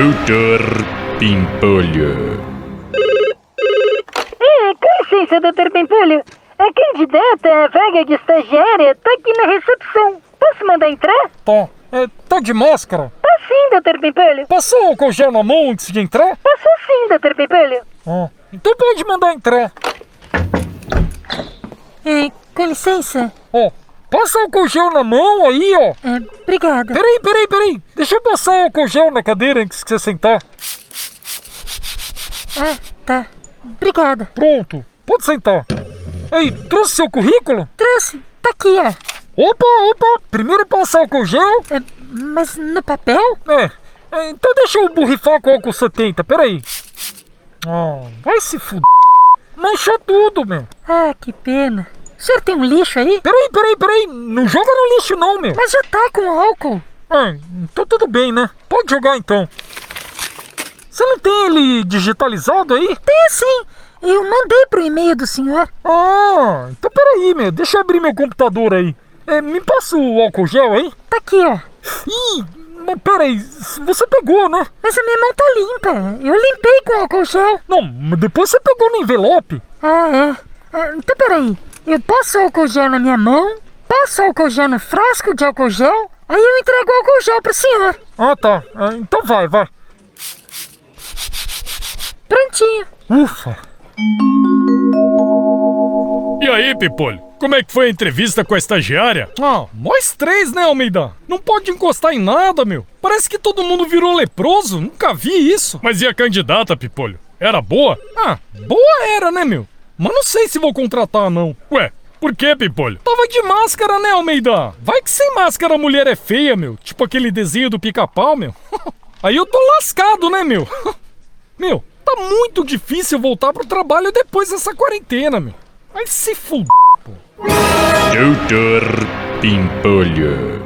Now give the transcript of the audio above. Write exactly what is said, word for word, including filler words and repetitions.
doutor Pimpolho. É, com licença, doutor Pimpolho. A candidata à vaga de estagiária tá aqui na recepção. Posso mandar entrar? Tá. É, tá de máscara? Tá sim, doutor Pimpolho. Passou álcool gel na mão antes de entrar? Passou sim, doutor Pimpolho. Ah, então pode mandar entrar. É, com licença. Ó, passa álcool gel na mão aí, ó. É, obrigado. Peraí, peraí, peraí. Deixa eu passar álcool gel na cadeira antes que você sentar. Ah, tá. Obrigado. Pronto, pode sentar. Ei, trouxe seu currículo? Trouxe. Tá aqui, ó. Opa, opa, primeiro passa álcool gel. É, mas no papel? É, é, então deixa eu borrifar com álcool setenta, peraí. Ah, vai se fuder. Mancha tudo, meu. Ah, que pena. O senhor tem um lixo aí? Peraí, peraí, peraí, não joga no lixo não, meu. Mas já tá com álcool. Ah, então tudo bem, né? Pode jogar então. Você não tem ele digitalizado aí? Tem sim. Eu mandei pro e-mail do senhor. Ah, então peraí, meu, deixa eu abrir meu computador aí. É, me passa o álcool gel aí. Tá aqui, ó. Ih, mas peraí, você pegou, né? Mas a minha mão tá limpa. Eu limpei com álcool gel. Não, mas depois você pegou no envelope. Ah, é. Ah, então peraí. Eu passo álcool gel na minha mão, passo álcool gel no frasco de álcool gel, aí eu entrego o álcool gel pro senhor. Ah, tá. Ah, então vai, vai. Prontinho. Ufa. E aí, Pimpolho? Como é que foi a entrevista com a estagiária? Ah, nós três, né, Almeida? Não pode encostar em nada, meu. Parece que todo mundo virou leproso. Nunca vi isso. Mas e a candidata, Pimpolho? Era boa? Ah, boa era, né, meu? Mas não sei se vou contratar, não. Ué, por que, Pimpolho? Tava de máscara, né, Almeida? Vai que sem máscara a mulher é feia, meu. Tipo aquele desenho do pica-pau, meu. Aí eu tô lascado, né, meu? Meu, tá muito difícil voltar pro trabalho depois dessa quarentena, meu. Vai se fuder, pô. doutor Pimpolho.